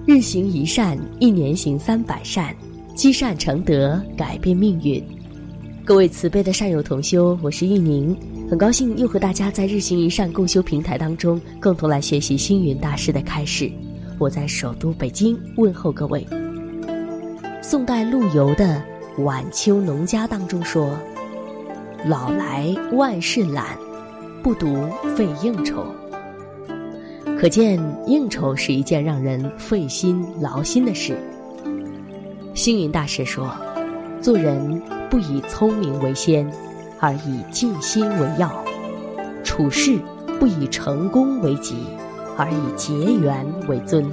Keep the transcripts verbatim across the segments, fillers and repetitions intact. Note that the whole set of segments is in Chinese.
日行一善，一年行三百善，积善成德，改变命运。各位慈悲的善友同修，我是玉宁，很高兴又和大家在日行一善共修平台当中共同来学习星云大师的开示。我在首都北京问候各位。宋代陆游的《晚秋农家》当中说，老来万事懒，不独费应酬。可见应酬是一件让人费心劳心的事。星云大师说，做人不以聪明为先，而以尽心为要；处事不以成功为己，而以结缘为尊。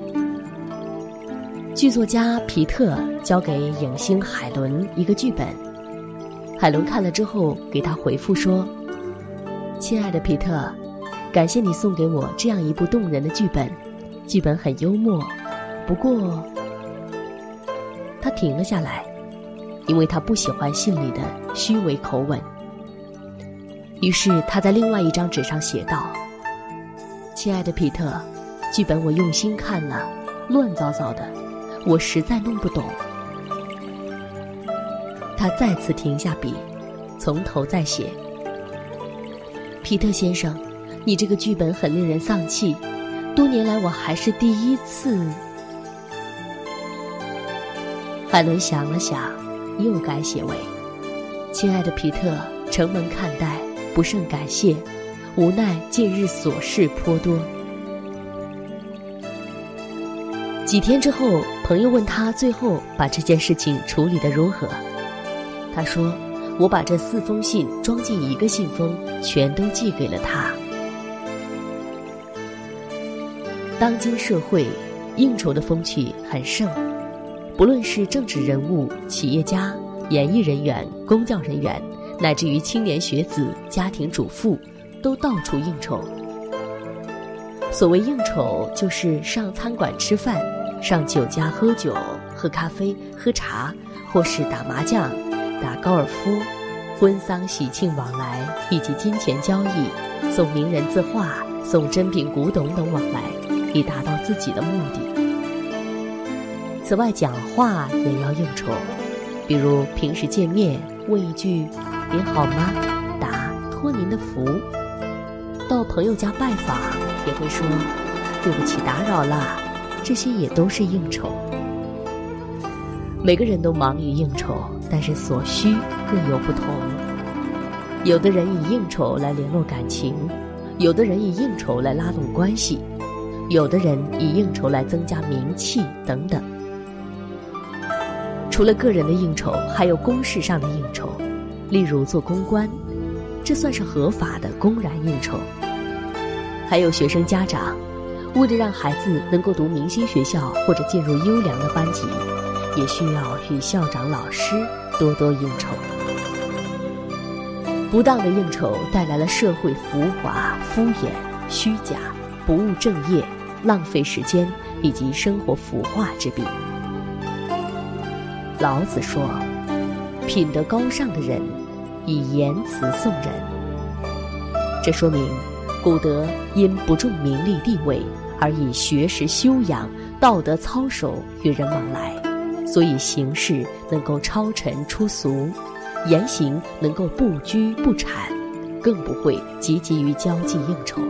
剧作家皮特交给影星海伦一个剧本，海伦看了之后给他回复说，亲爱的皮特，感谢你送给我这样一部动人的剧本，剧本很幽默，不过他停了下来，因为他不喜欢信里的虚伪口吻。于是他在另外一张纸上写道，亲爱的皮特，剧本我用心看了，乱糟糟的，我实在弄不懂。他再次停下笔，从头再写。皮特先生，你这个剧本很令人丧气，多年来我还是第一次。海伦想了想，又改写为，亲爱的皮特，承蒙看待，不胜感谢，无奈近日琐事颇多。几天之后，朋友问他最后把这件事情处理得如何，他说，我把这四封信装进一个信封，全都寄给了他。当今社会应酬的风气很盛，不论是政治人物、企业家、演艺人员、公教人员，乃至于青年学子、家庭主妇，都到处应酬。所谓应酬，就是上餐馆吃饭，上酒家喝酒、喝咖啡、喝茶，或是打麻将、打高尔夫，婚丧喜庆往来，以及金钱交易，送名人字画，送珍品古董等往来，以达到自己的目的。此外，讲话也要应酬，比如平时见面问一句您好吗，答托您的福。到朋友家拜访也会说对不起打扰了，这些也都是应酬。每个人都忙于应酬，但是所需各有不同。有的人以应酬来联络感情，有的人以应酬来拉拢关系，有的人以应酬来增加名气等等。除了个人的应酬，还有公事上的应酬，例如做公关，这算是合法的公然应酬。还有学生家长，为了让孩子能够读明星学校或者进入优良的班级，也需要与校长老师多多应酬。不当的应酬带来了社会浮华、敷衍、虚假、不务正业、浪费时间以及生活腐化之病。老子说，品德高尚的人以言辞送人。这说明古德因不重名利地位，而以学识修养、道德操守与人往来，所以行事能够超尘出俗，言行能够不拘不谄，更不会积极于交际应酬。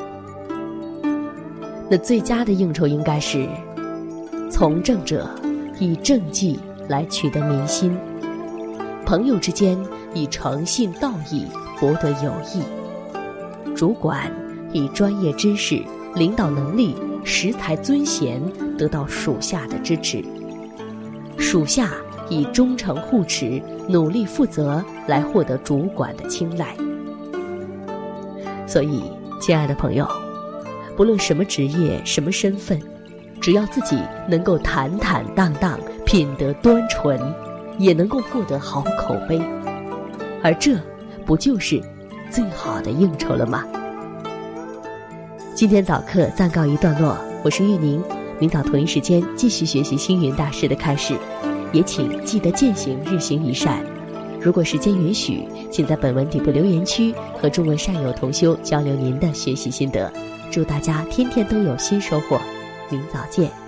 那最佳的应酬应该是，从政者以政绩来取得民心，朋友之间以诚信道义博得友谊，主管以专业知识、领导能力、识才尊贤得到属下的支持，属下以忠诚护持、努力负责来获得主管的青睐。所以，亲爱的朋友，不论什么职业、什么身份，只要自己能够坦坦荡荡、品德端纯，也能够获得好口碑，而这不就是最好的应酬了吗？今天早课暂告一段落，我是玉宁，明早同一时间继续学习星云大师的开示，也请记得践行日行一善。如果时间允许，请在本文底部留言区和众位善友同修交流您的学习心得。祝大家天天都有新收获，明早见。